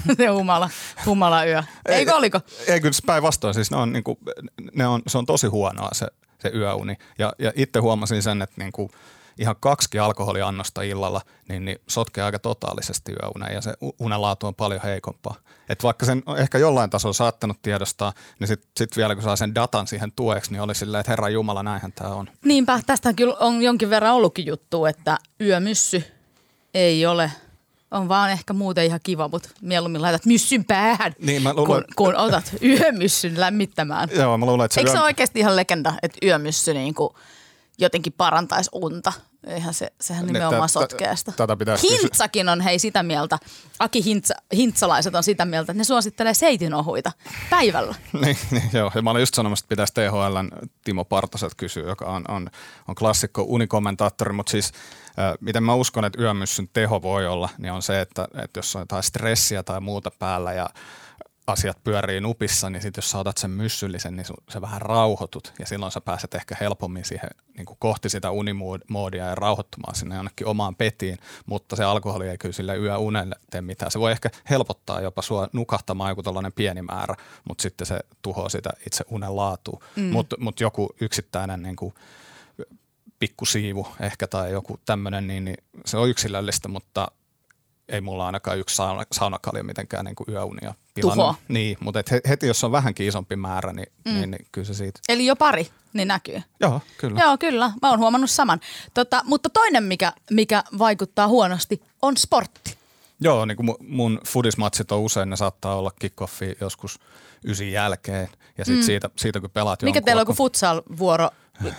humala yö. Eikö oliko? Ei kyllä päinvastoin. Siis se on tosi huonoa se yöuni. Ja itse huomasin sen, että niinku ihan 2 alkoholiannosta illalla niin sotkee aika totaalisesti yöunen ja se unenlaatu on paljon heikompaa. Että vaikka sen on ehkä jollain tasolla saattanut tiedostaa, niin sit vielä kun saa sen datan siihen tueksi, niin oli silleen, että Herran Jumala, näinhän tämä on. Niinpä, tästä kyllä on jonkin verran ollutkin juttu, että yömyssy ei ole, on vaan ehkä muuten ihan kiva, mutta mieluummin laitat myssyn päähän, niin kun otat yömyssyn lämmittämään. Joo, mä luulen, että eikö se oikeasti ihan legenda, että yömyssy niin kuin jotenkin parantaisi unta? Eihän sehän nimenomaan sotkee sitä. Hintsakin on hei sitä mieltä, Aki Hintsalaiset on sitä mieltä, että ne suosittelee seitinohuita päivällä. niin, joo. Ja mä olin just sanomassa, että pitäisi THL:n Timo Partaset kysyä, joka on klassikko unikommentaattori, mutta siis miten mä uskon, että yömyssyn teho voi olla, niin on se, että jos on jotain stressiä tai muuta päällä ja asiat pyörii nupissa, niin sitten jos sä otat sen myssyllisen, niin sä vähän rauhoitut ja silloin sä pääset ehkä helpommin siihen niin kuin kohti sitä unimoodia ja rauhoittumaan sinne jonnekin omaan petiin, mutta se alkoholi ei kyllä sille yöunelle tee mitään. Se voi ehkä helpottaa jopa sua nukahtamaan joku tällainen pieni määrä, mutta sitten se tuhoaa sitä itse unen laatua. Mutta joku yksittäinen niin kuin pikkusiivu ehkä tai joku tämmöinen, niin se on yksilöllistä, mutta ei mulla ainakaan yksi saunakalja mitenkään niin kuin yöunia pilannut. Tuho. Niin, mutta heti jos on vähänkin isompi määrä, niin kyllä se siitä. Eli jo pari, niin näkyy. Joo, kyllä. Joo, kyllä. Mä oon huomannut saman. Mutta toinen, mikä vaikuttaa huonosti, on sportti. Joo, niin kuin mun foodismatsit on usein, ne saattaa olla kick-offi joskus 9 jälkeen. Ja sitten siitä kun pelaat Mikä teillä on joku futsal-vuoro 10-11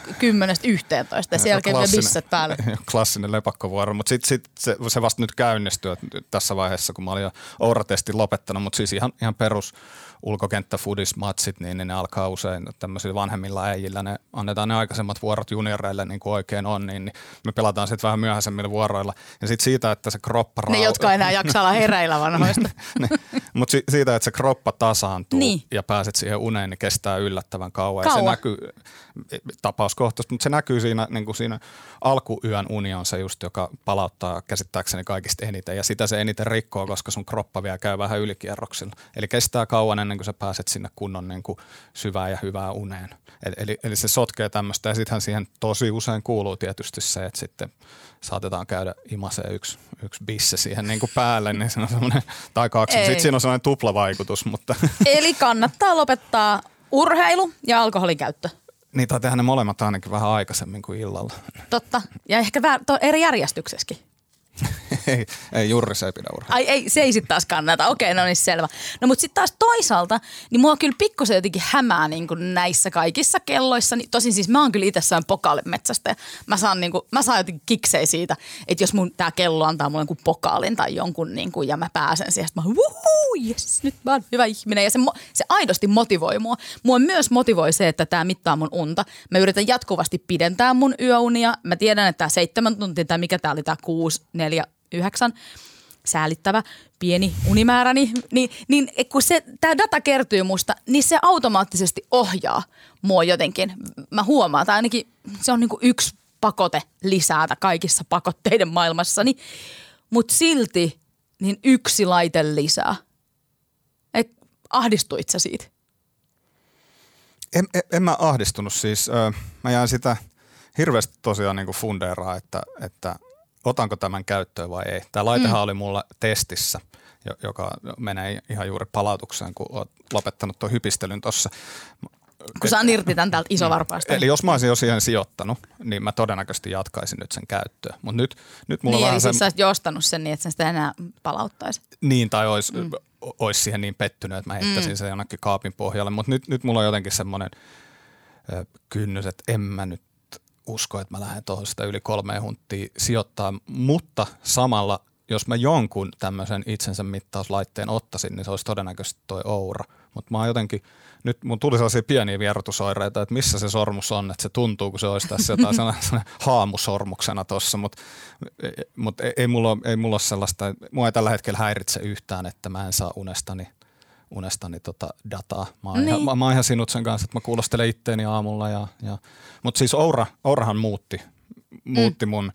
ja sen jälkeen vielä bisset päälle? Klassinen lepakkovuoro, mutta sitten se vasta nyt käynnistyy tässä vaiheessa, kun mä olin jo Oura-testin lopettanut, mutta siis ihan perus ulkokenttä-fudismatsit, niin ne alkaa usein tämmöisillä vanhemmilla äijillä, ne annetaan ne aikaisemmat vuorot junioreille niin kuin oikein on, niin me pelataan sitten vähän myöhäisemmillä vuoroilla. Ja sitten siitä, että se kroppa Ne, jotka enää jaksaa olla hereillä vanhoista. Mutta siitä, että se kroppa tasaantuu ja pääset siihen uneen, niin kestää yllättävän kauan. Ja se näkyy tapauskohtaisesti, mutta se näkyy siinä alkuyön uni on se just, joka palauttaa käsittääkseni kaikista eniten. Ja sitä se eniten rikkoo, koska sun kroppa vielä käy vähän ylikierroksilla. Eli kestää kauan ennen kuin sä pääset sinne kunnon niin kuin syvään ja hyvään uneen. Eli se sotkee tämmöistä ja sittenhän siihen tosi usein kuuluu tietysti se, että sitten saatetaan käydä imaseen yksi bisse siihen niin kuin päälle, niin se on semmoinen, tai kaksi. Sitten siinä on semmoinen tuplavaikutus. Mutta. Eli kannattaa lopettaa urheilu ja alkoholin käyttö. Niin, tai tehdä ne molemmat ainakin vähän aikaisemmin kuin illalla. Totta. Ja ehkä eri järjestyksessäkin. ei Jurris ei pidä urheilua. Ai ei, se ei sitten taas kannata. Okei, no niin selvä. No mutta sitten taas toisaalta, niin mua kyllä pikkusen jotenkin hämää niin kuin näissä kaikissa kelloissa. Niin, tosin siis mä oon kyllä itse saanut pokaalimetsästä ja mä saan jotenkin kiksei siitä, että jos tää kello antaa mulle jonkun pokaalin tai jonkun niin kuin, ja mä pääsen siihen, että mä jes, nyt mä oon hyvä ihminen. Ja se aidosti motivoi mua. Mua myös motivoi se, että tää mittaa mun unta. Mä yritän jatkuvasti pidentää mun yöunia. Mä tiedän, että tää 7 tuntia tai mikä tää oli tää 6, 4, 9, säälittävä, pieni unimääräni, niin kun tämä data kertyy musta, niin se automaattisesti ohjaa mua jotenkin. Mä huomaan, tai ainakin se on niinku yksi pakote lisäätä kaikissa pakotteiden maailmassani, mutta silti niin yksi laite lisää. Ahdistuit sä siitä? En mä ahdistunut siis. Mä jään sitä hirveästi tosiaan niinku fundeeraa, että otanko tämän käyttöön vai ei. Tämä laitehan oli mulla testissä, joka menee ihan juuri palautukseen, kun olet lopettanut tuon hypistelyn tuossa. Kun saan irti tämän täältä isovarpaasta. Eli jos mä olisin jo siihen sijoittanut, niin mä todennäköisesti jatkaisin nyt sen käyttöön. Mut nyt mulla niin, vähän eli siis sä olisit jo ostanut sen niin, että sen sitä enää palauttaisi. Niin, tai olisi siihen niin pettynyt, että mä heittäisin sen jonnekin kaapin pohjalle. Mutta nyt mulla on jotenkin semmoinen kynnys, että en mä nyt usko, että mä lähden tuohon sitä yli 3 hunttia sijoittaa, mutta samalla, jos mä jonkun tämmöisen itsensä mittauslaitteen ottaisin, niin se olisi todennäköisesti toi Oura. Mutta mä jotenkin, nyt mun tuli sellaisia pieniä vierotusoireita, että missä se sormus on, että se tuntuu, kun se olisi tässä jotain sellainen haamusormuksena tossa, mutta ei mulla ole sellaista, mua ei tällä hetkellä häiritse yhtään, että mä en saa unestani dataa. Mä oon ihan sinut sen kanssa, että mä kuulostelen itteeni aamulla. Mutta siis Ourahan muutti mun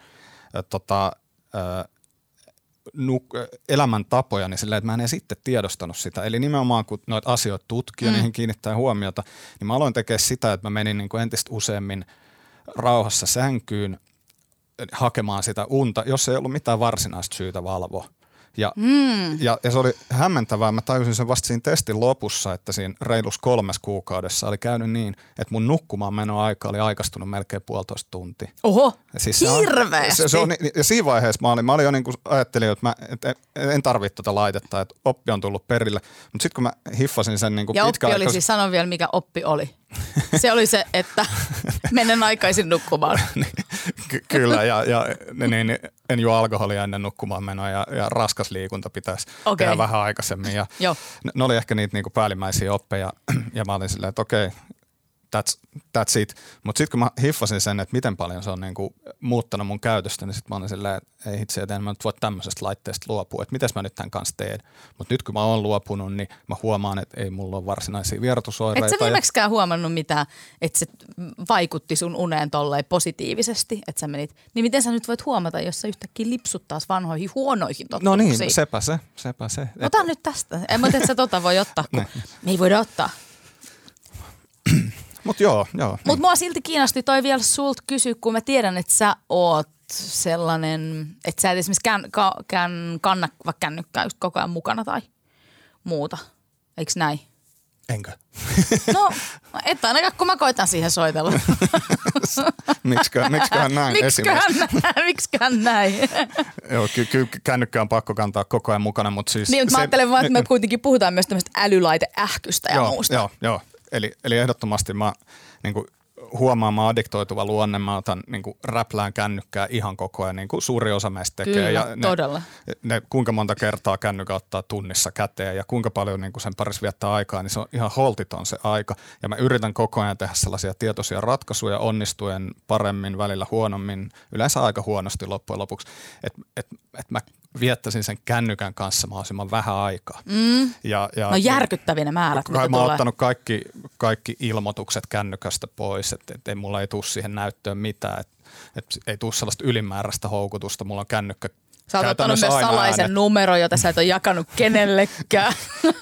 elämäntapojani silleen, että mä en edes sitten tiedostanut sitä. Eli nimenomaan kun noita asioita tutkii ja niihin kiinnittää huomiota, niin mä aloin tekemään sitä, että mä menin niin kuin entistä useammin rauhassa sänkyyn hakemaan sitä unta, jos ei ollut mitään varsinaista syytä valvoa. Ja se oli hämmentävää. Mä tajusin sen vasta siinä testin lopussa, että siinä reilus 3 kuukaudessa oli käynyt niin, että mun nukkumaan menoaika oli aikaistunut melkein 1,5 tuntia. Oho, siis hirveästi. Ja siinä vaiheessa mä olin jo niin kuin ajattelin, että en tarvitse tuota laitetta, että oppi on tullut perille. Mutta sitten kun mä hiffasin sen niin kuin ja oppi oli siis, sanon vielä mikä oppi oli. Se oli se, että menen aikaisin nukkumaan. Kyllä, ja en juo alkoholia ennen nukkumaan menoa ja raskas liikunta pitäisi tehdä vähän aikaisemmin. Ja ne oli ehkä niitä niinku päällimmäisiä oppeja ja mä olin silleen, että okei, that's it. Mutta sitten kun mä hiffasin sen, että miten paljon se on niinku muuttanut mun käytöstä, niin sitten mä olin silleen, että ei hitse, että en mä nyt voi tämmöisestä laitteesta luopua, että mitäs mä nyt tämän kanssa teen. Mutta nyt kun mä oon luopunut, niin mä huomaan, että ei mulla ole varsinaisia vierotusoireita. Et sä viimeksikään huomannut mitään, että se vaikutti sun uneen tolleen positiivisesti, että sä menit. Niin miten sä nyt voit huomata, jos sä yhtäkkiä lipsut taas vanhoihin huonoihin tottumuksiin? No niin, sepä se. Ota nyt tästä. En mä tiedä, että sä voi ottaa, kun me ei voida ottaa. Mutta joo. Mutta mua silti kiinnosti toi vielä sulta kysyä, kun mä tiedän, että sä oot sellainen, että sä et esimerkiksi kanna vaikka kännykkää just koko ajan mukana tai muuta. Eikö näin? Enkö? No, et ainakaan kun mä koitan siihen soitella. Miksiköhän näin Miksiköhän näin? Joo, kyllä kännykkää on pakko kantaa koko ajan mukana, mutta siis... Niin, mutta mä ajattelen vaan, että me kuitenkin puhutaan myös tämmöistä älylaiteähkystä ja muusta. Joo. Eli ehdottomasti mä niinku huomaamaan addiktoituva luonne, mä otan niinku räplään kännykkää ihan koko ajan, niin kuin suuri osa meistä tekee. Kyllä, ja todella. Ne, kuinka monta kertaa kännykkä ottaa tunnissa käteen ja kuinka paljon niinku sen parissa viettää aikaa, niin se on ihan holtiton se aika. Ja mä yritän koko ajan tehdä sellaisia tietoisia ratkaisuja onnistuen paremmin, välillä huonommin, yleensä aika huonosti loppujen lopuksi, että mä viettäisin sen kännykän kanssa mahdollisimman vähän aikaa. No järkyttäviä ne määrät, mitä mä tulee. oon ottanut kaikki ilmoitukset kännykästä pois, että mulla ei tule siihen näyttöön mitään, että ei tule sellaista ylimääräistä houkutusta. Mulla on kännykkä Sä oot ottanut myös salaisen numero, jota sä et ole jakanut kenellekään.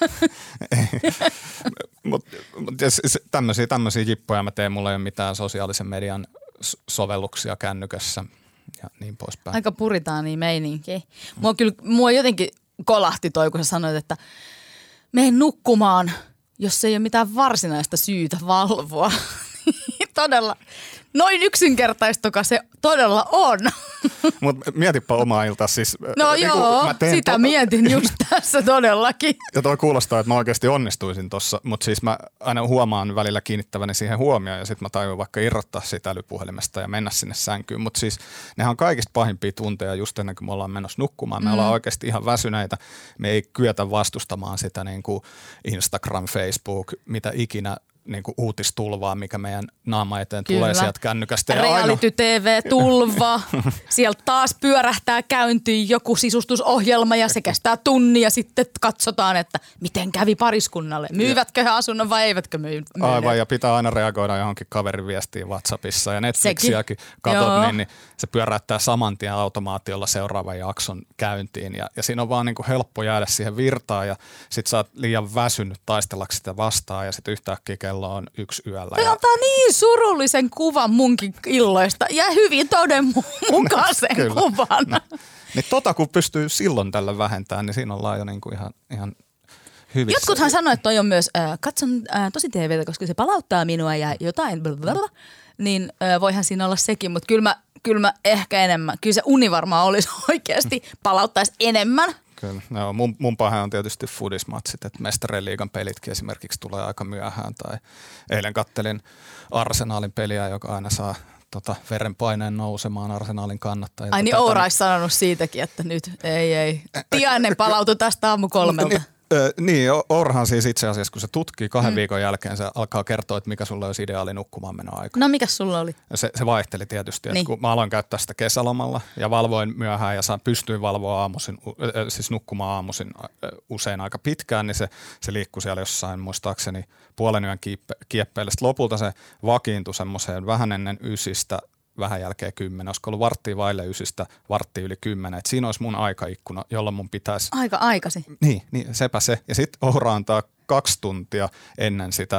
Tämmöisiä jippoja mä teen, mulla ei ole mitään sosiaalisen median sovelluksia kännykässä. Ja niin poispäin. Aika puritaania meininki. Mua jotenkin kolahti toi, kun sä sanoit, että mene nukkumaan, jos ei ole mitään varsinaista syytä valvoa. Todella. Noin yksinkertaistuka se todella on. Mutta mietipä omaa iltaa siis. No niin joo, sitä mietin just tässä todellakin. Ja toi kuulostaa, että mä oikeasti onnistuisin tossa, mutta siis mä aina huomaan välillä kiinnittäväni siihen huomioon ja sitten mä tajun vaikka irrottaa sitä älypuhelimesta ja mennä sinne sänkyyn. Mutta siis nehän on kaikista pahimpia tunteja just ennen kuin me ollaan menossa nukkumaan. Me ollaan oikeasti ihan väsyneitä. Me ei kyetä vastustamaan sitä niin kuin Instagram, Facebook, mitä ikinä niin kuin uutistulvaa, mikä meidän naama eteen tulee sieltä kännykästä. Reality TV-tulva. Sieltä taas pyörähtää käyntiin joku sisustusohjelma ja se kestää tunnin ja sitten katsotaan, että miten kävi pariskunnalle. Myyvätkö he asunnon vai eivätkö myy? Aivan, ja pitää aina reagoida johonkin kaveriviestiin WhatsAppissa ja Netflixiäkin katot, niin se pyöräyttää saman tien automaatiolla seuraavan jakson käyntiin. Ja siinä on vaan niin kuin helppo jäädä siihen virtaan ja sit sä oot liian väsynyt taistellaksi sitä vastaan ja sit yhtäkkiä kello on 1 yöllä. Toi antaa niin surullisen kuvan munkin illoista ja hyvin todenmukaisen kuvan. No. Niin kun pystyy silloin tällä vähentämään, niin siinä ollaan jo niinku ihan hyvissä. Jotkuthan sanoo, että toi on myös, katson tosi TVtä, koska se palauttaa minua ja jotain, blablabla, niin voihan siinä olla sekin, mutta kyllä mä ehkä enemmän, kyllä se uni varmaan olisi oikeasti, palauttaisi enemmän. Kyllä. No, mun pahe on tietysti foodismatsit, että Mestarien liigan pelitkin esimerkiksi tulee aika myöhään. Tai eilen kattelin Arsenalin peliä, joka aina saa verenpaineen nousemaan Arsenalin kannattajilta. Ai niin Oura olisi sanonut siitäkin, että nyt ei. Tiainen palautui tästä aamu 3. Niin, Ourahan siis itse asiassa, kun se tutkii 2 viikon jälkeen, se alkaa kertoa, että mikä sulla olisi ideaali nukkumaan menoaika. No mikä sulla oli? Se vaihteli tietysti, että kun mä aloin käyttää sitä kesälomalla ja valvoin myöhään ja pystyin valvoa aamuisin, siis nukkumaan aamuisin usein aika pitkään, niin se liikkui siellä jossain muistaakseni puolen yön kieppeille. Sitten lopulta se vakiintui semmoiseen vähän ennen 9, vähän jälkeen 10. Olisiko ollut varttia vaille 9, varttia yli 10. Et siinä olisi mun aikaikkuna, jolloin mun pitäisi... Aika aikaisin. Niin, sepä se. Ja sitten Oura antaa 2 tuntia ennen sitä...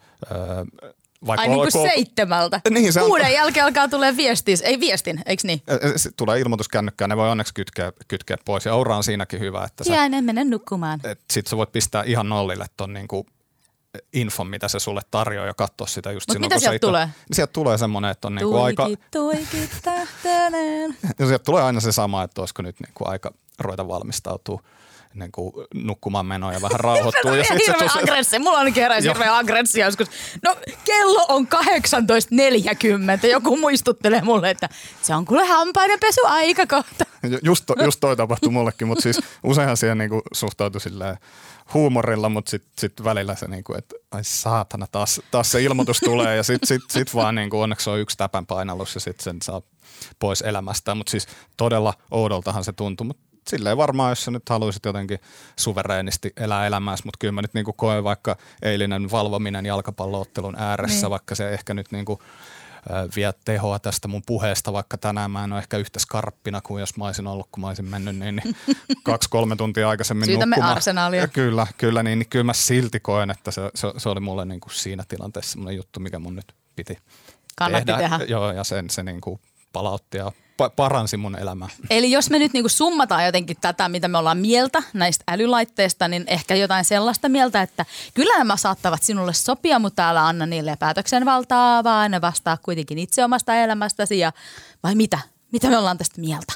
Ai niin kuin 7. Niin, 6 jälkeen alkaa tulee viestin, eikö niin? Tulee ilmoitus kännykkään, ne voi onneksi kytkeä pois. Ja Oura on siinäkin hyvä, että Tiainen, mene nukkumaan. Sitten sä voit pistää ihan nollille ton niinku infon, mitä se sulle tarjoaa ja katsoa sitä just silloin, mitä sieltä tulee? Sieltä tulee semmoinen, että on niinku aika... Tuikit tähtäneen. Ja sieltä tulee aina se sama, että olisiko nyt niinku aika ruveta valmistautua niinku nukkumaan menoa ja vähän rauhoittua. Hirveä aggressio. Mulla ainakin heräisi hirveä aggressio joskus. No kello on 18.40. Joku muistuttelee mulle, että se on kuule hampaidenpesuaika kohta. Just toi tapahtui mullekin, mutta siis useinhan siihen niinku suhtautui silleen huumorilla, mutta sit välillä se niinku, että ai saatana, taas se ilmoitus tulee ja sit vaan niinku onneksi on 1 täpän painallus ja sit sen saa pois elämästä. Mutta siis todella oudoltahan se tuntui, mutta silleen varmaan, jos sä nyt haluaisit jotenkin suvereenisti elää elämääsi, mutta kyllä mä nyt niinku koen vaikka eilinen valvominen jalkapalloottelun ääressä, vaikka se ehkä nyt niinku vie tehoa tästä mun puheesta, vaikka tänään mä en ole ehkä yhtä skarppina kuin jos mä olisin ollut, kun mä olisin mennyt niin 2-3 tuntia aikaisemmin Syytämme nukkumaan. Arsenalia. Kyllä niin kyllä mä silti koen, että se oli mulle niin kuin siinä tilanteessa semmoinen juttu, mikä mun nyt piti kannatti tehdä. Joo, ja se niin kuin palautti ja paransi mun elämää. Eli jos me nyt niinku summataan jotenkin tätä, mitä me ollaan mieltä näistä älylaitteista, niin ehkä jotain sellaista mieltä, että kyllä nämä saattavat sinulle sopia, mutta älä anna niille päätöksenvaltaa, vaan ne vastaa kuitenkin itse omasta elämästäsi. Vai mitä? Mitä me ollaan tästä mieltä?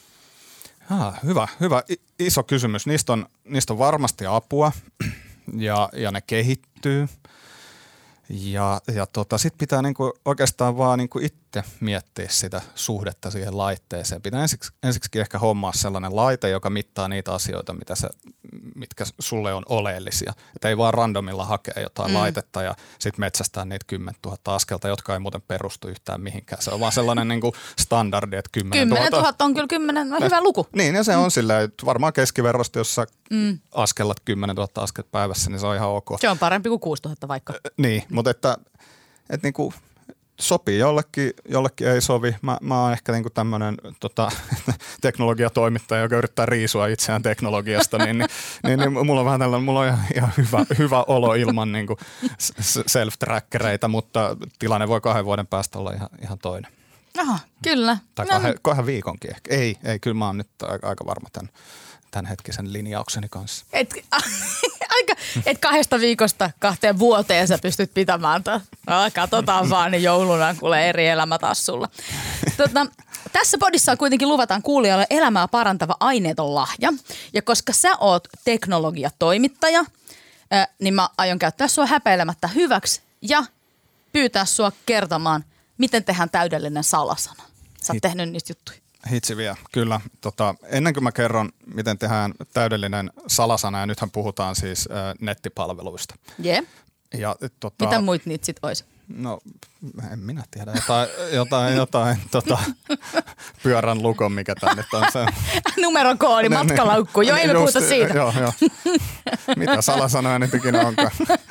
Hyvä. Iso kysymys. Niistä on varmasti apua ja ne kehittyy. Ja sitten pitää niinku oikeastaan vaan niinku itse miettiä sitä suhdetta siihen laitteeseen. Pitää ensiksikin ehkä hommaa sellainen laite, joka mittaa niitä asioita, mitkä sulle on oleellisia. Että ei vaan randomilla hakea jotain laitetta ja sitten metsästää niitä 10 000 askelta, jotka ei muuten perustu yhtään mihinkään. Se on vaan sellainen niinku standardi, että 10 000. 10 000 on kyllä 10, no hyvä luku. Niin, ja se on silleen, että varmaan keskiverrosti, jos sä askellat 10 000 askelta päivässä, niin se on ihan ok. Se on parempi kuin 6 000 vaikka. Niin, mutta että niinku sopii jollekin ei sovi. Mä oon ehkä niinku tämmönen teknologiatoimittaja, joka yrittää riisua itseään teknologiasta, niin mulla on vähän tällainen, mulla on ihan hyvä olo ilman niinku self-trackereita, mutta tilanne voi 2 vuoden päästä olla ihan toinen. Aha, kyllä. Tai 2 viikonkin ehkä. Ei, kyllä mä oon nyt aika varma tämän hetkisen linjaukseni kanssa. Et 2 viikosta 2 vuoteen sä pystyt pitämään. Katsotaan vaan, niin jouluna kuulee eri elämä taas sulla. Tässä podissa kuitenkin luvataan kuulijoille elämää parantava aineeton lahja. Ja koska sä oot teknologiatoimittaja, niin mä aion käyttää sua häpeilemättä hyväksi ja pyytää sua kertomaan, miten tehdään täydellinen salasana. Sä oot tehnyt niistä juttuja. Hitsiviä, kyllä. Ennen kuin mä kerron, miten tehdään täydellinen salasana, ja nythän puhutaan siis nettipalveluista. Jee. Ja, mitä muit niitä sit ois? No, en minä tiedä. Jotain pyörän lukon, mikä tää nyt on se. Numerokoodi, matkalaukku. Joo, ei me puhuta siitä. Joo. Mitä salasanoja nyt ikinä onkaan?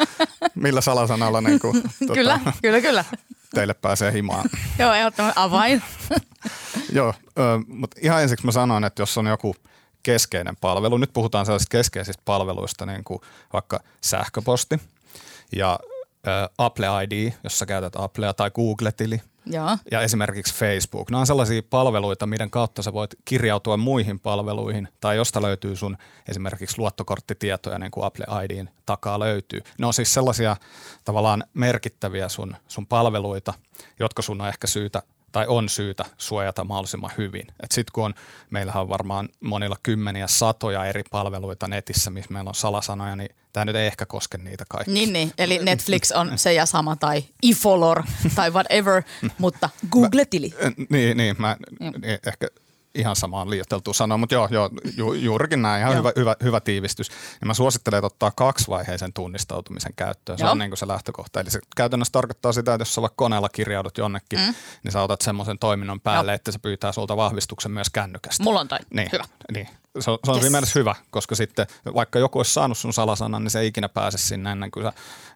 Millä salasanalla niin kuin, Kyllä. Teille pääsee himaan. Joo, ehdottomasti avain. Joo, mutta ihan ensiksi mä sanoin, että jos on joku keskeinen palvelu, nyt puhutaan sellaisista keskeisistä palveluista, niin kuin vaikka sähköposti ja Apple ID, jos sä käytät Applea, tai Google-tili. Joo. Ja esimerkiksi Facebook. Nämä on sellaisia palveluita, miten kautta sä voit kirjautua muihin palveluihin tai josta löytyy sun esimerkiksi luottokorttitietoja, niin kuin Apple IDin takaa löytyy. Ne on siis sellaisia tavallaan merkittäviä sun palveluita, jotka sun on ehkä on syytä suojata mahdollisimman hyvin. Sitten kun meillähän on varmaan monilla kymmeniä, satoja eri palveluita netissä, missä meillä on salasanoja, niin tämä nyt ei ehkä koske niitä kaikkia. Niin. Eli Netflix on se ja sama tai iFolor tai whatever, mutta Google-tili. Niin, mä ehkä ihan samaan liioiteltua sanoa, mutta juurikin näin, ihan hyvä tiivistys. Ja mä suosittelen ottaa 2-vaiheisen tunnistautumisen käyttöön. Se on niin kuin se lähtökohta. Eli se käytännössä tarkoittaa sitä, että jos sä vaikka koneella kirjaudut jonnekin, niin sä otat semmoisen toiminnon päälle, että se pyytää sulta vahvistuksen myös kännykästä. Mulla on toi. Niin, hyvä. Niin. Se on siinä mielessä hyvä, koska sitten vaikka joku olisi saanut sun salasanan, niin se ei ikinä pääse sinne ennen kuin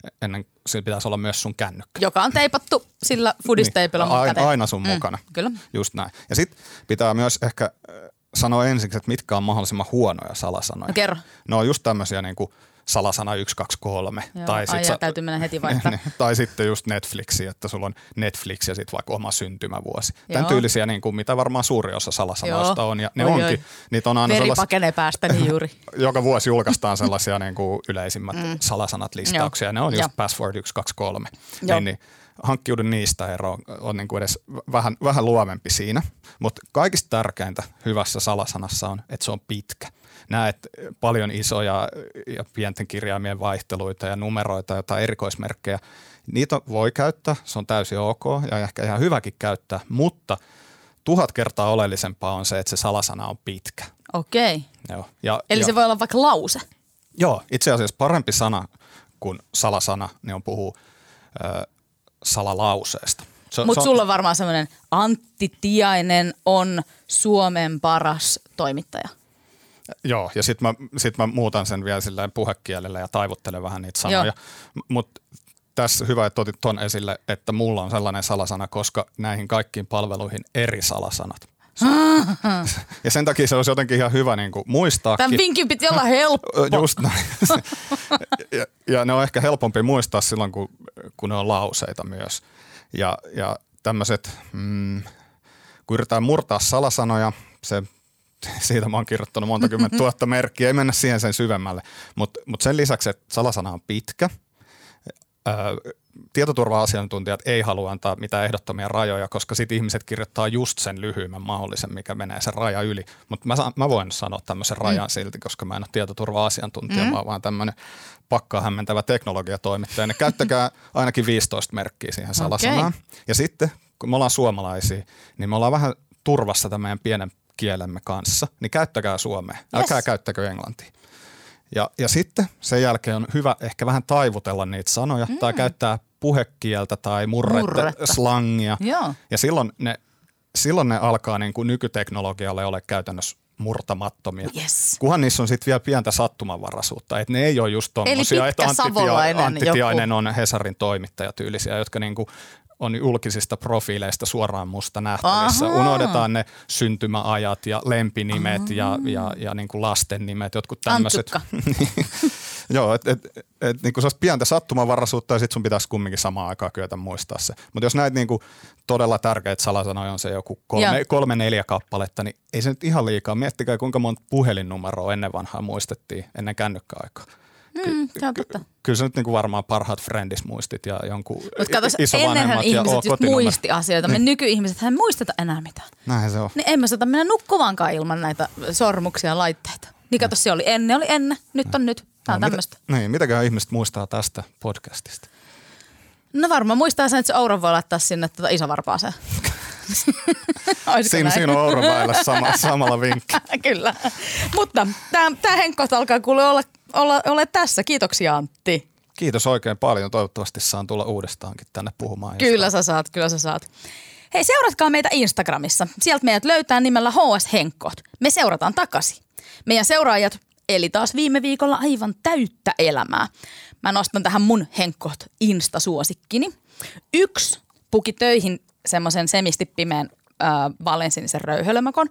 sillä pitäisi olla myös sun kännykkä. Joka on teipattu sillä foodisteipillä niin, aina sun mukana. Kyllä. Just näin. Ja sitten pitää myös ehkä sanoa ensiksi, että mitkä on mahdollisimman huonoja salasanoja. No kerro. Ne on just tämmöisiä niin kuin salasana 1, 2, 3. Joo, täytyy mennä heti vaihtaa. Tai sitten just Netflixi, että sulla on Netflix ja sitten vaikka oma syntymävuosi. Tämän tyylisiä, niin kuin, mitä varmaan suuri osa salasanoista on. Ja ne onkin. Niitä on aina veri pakenee päästäni juuri. Joka vuosi julkaistaan sellaisia niin kuin yleisimmät salasanat listauksia. Ne on just Password 1, 2, 3. Niin hankkiudu niistä eroon, on niin kuin edes vähän luovempi siinä. Mutta kaikista tärkeintä hyvässä salasanassa on, että se on pitkä. Näet paljon isoja ja pienten kirjaimien vaihteluita ja numeroita, jotain erikoismerkkejä. Niitä voi käyttää, se on täysin ok ja ehkä ihan hyväkin käyttää, mutta 1000 kertaa oleellisempaa on se, että se salasana on pitkä. Okei. Joo. Eli se voi olla vaikka lause? Joo, itse asiassa parempi sana kuin salasana, niin on puhua salalauseesta. Mutta sulla on varmaan semmoinen Antti Tiainen on Suomen paras toimittaja. Joo, ja sit mä muutan sen vielä silleen puhekielellä ja taivuttelen vähän niitä sanoja. Mutta tässä hyvä, että otit ton esille, että mulla on sellainen salasana, koska näihin kaikkiin palveluihin eri salasanat. Ja sen takia se olisi jotenkin ihan hyvä niin kuin muistaakin. Tämän vinkin piti olla helppo. Just näin. Ja ne on ehkä helpompi muistaa silloin, kun ne on lauseita myös. Ja tämmöiset kun yritetään murtaa salasanoja, siitä mä oon kirjoittanut monta kymmentä tuhatta merkkiä, ei mennä siihen sen syvemmälle, mutta sen lisäksi, että salasana on pitkä, tietoturva-asiantuntijat ei halua antaa mitään ehdottomia rajoja, koska sitten ihmiset kirjoittaa just sen lyhyimmän mahdollisen, mikä menee sen raja yli. Mutta mä voin sanoa tämmöisen rajan silti, koska mä en ole tietoturva-asiantuntija, vaan tämmöinen pakkaa hämmentävä teknologiatoimittaja. Ne käyttäkää ainakin 15 merkkiä siihen salasanaan. Okay. Ja sitten, kun me ollaan suomalaisia, niin me ollaan vähän turvassa tämän meidän pienen kielemme kanssa, niin käyttäkää suomea. Älkää käyttäkö englantia. Ja sitten sen jälkeen on hyvä ehkä vähän taivutella niitä sanoja tai käyttää puhekieltä tai murretta. Slangia. Joo. Ja silloin ne alkaa niin kuin nykyteknologialle ole käytännössä murtamattomia. Yes. Kunhan niissä on sitten vielä pientä sattumanvaraisuutta. Että ne ei ole just tommosia, että Antti Tiainen on Hesarin toimittajatyylisiä, jotka niinku on julkisista profiileista suoraan musta nähtävissä. Aha. Unohdetaan ne syntymäajat ja lempinimet ja niin kuin lasten nimet, jotkut tämmöiset. Joo, että niinku se olisi pientä sattumanvaraisuutta ja sitten sun pitäisi kumminkin samaan aikaan kyetä muistaa se. Mutta jos näitä niinku todella tärkeitä salasanoja on se joku 3-4 kappaletta, niin ei se nyt ihan liikaa. Miettikää kuinka monta puhelinnumeroa ennen vanhaa muistettiin ennen kännykkäaikaa. Se on totta. Kyllä se nyt niinku varmaan parhaat friendis-muistit ja jonkun isovanhemmat ennenhän ihmiset just muisti asioita. Me nykyihmiset hän muisteta enää mitään. Näinhän se on. Niin en mä saata mennä nukkuvaankaan ilman näitä sormuksia ja laitteita. Niin kato, se oli ennen, nyt on nyt. Tää on tämmöistä. Niin, mitäkään ihmiset muistaa tästä podcastista? No varmaan muistaa sen, että se Ouro voi laittaa sinne isovarpaaseen. Siinä on Ouro väillä samalla vinkki. Kyllä. Mutta tämä henkkohta alkaa kuule olla tässä. Kiitoksia Antti. Kiitos oikein paljon. Toivottavasti saan tulla uudestaankin tänne puhumaan. Kyllä sä saat. Hei, seuratkaa meitä Instagramissa. Sieltä meidät löytää nimellä HS Henkkoht. Me seurataan takaisin. Meidän seuraajat eli taas viime viikolla aivan täyttä elämää. Mä nostan tähän mun Henkkoht Insta-suosikkini. 1 puki töihin semmoisen semistipimeän vaaleansinisen röyhölömakon.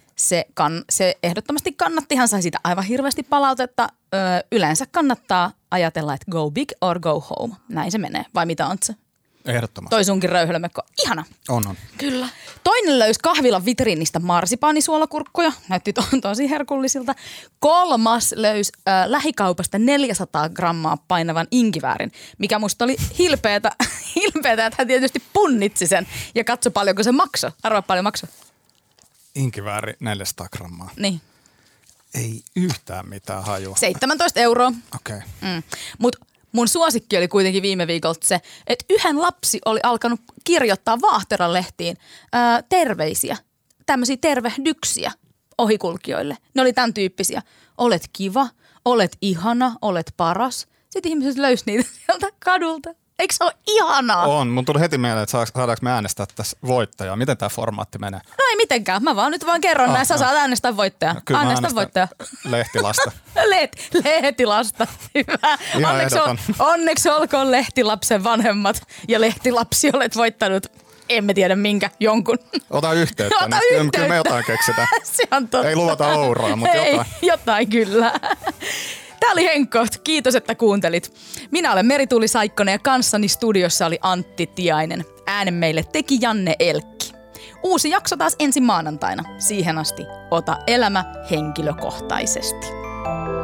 Se ehdottomasti kannatti. Hän sai siitä aivan hirveästi palautetta. Yleensä kannattaa ajatella, että go big or go home. Näin se menee. Vai mitä on se? Ehdottomasti. Toi sunkin röyhölömekko. Ihana. On. Kyllä. Toinen löysi kahvilan vitriinistä marsipaanisuolakurkkuja. Näytti tosi herkullisilta. 3. löysi lähikaupasta 400 grammaa painavan inkiväärin, mikä musta oli hilpeätä, että hän tietysti punnitsi sen ja katsoi paljonko se maksoi. Arvaa paljon maksoi. Inkivääri 400 grammaa. Niin. Ei yhtään mitään hajua. 17 €. Okei. Mut mun suosikki oli kuitenkin viime viikolta se, että yhden lapsi oli alkanut kirjoittaa Vaahteran-lehtiin terveisiä, tämmöisiä tervehdyksiä ohikulkijoille. Ne oli tämän tyyppisiä. Olet kiva, olet ihana, olet paras. Sitten ihmiset löysi niitä sieltä kadulta. Eikö se ole ihanaa? On. Mun tuli heti mieleen, että saadaanko me äänestää tässä voittajaa. Miten tämä formaatti menee? No ei mitenkään. Mä nyt vaan kerron näin. Sä saat äänestää voittajaa. No, kyllä äänestän voittajaa. Lehtilasta. Lehtilasta. Hyvä. Onneksi olkoon lehtilapsen vanhemmat ja lehtilapsi olet voittanut. Emme tiedä minkä, jonkun. Ota yhteyttä. Kyllä me jotain keksitään. Se on totta. Ei luvata Ouroa, mutta jotain. Jotain kyllä. Tämä oli Henkkoht. Kiitos, että kuuntelit. Minä olen Meri-Tuuli Saikkonen ja kanssani studiossa oli Antti Tiainen. Äänen meille teki Janne Elkki. Uusi jakso taas ensi maanantaina. Siihen asti ota elämä henkilökohtaisesti.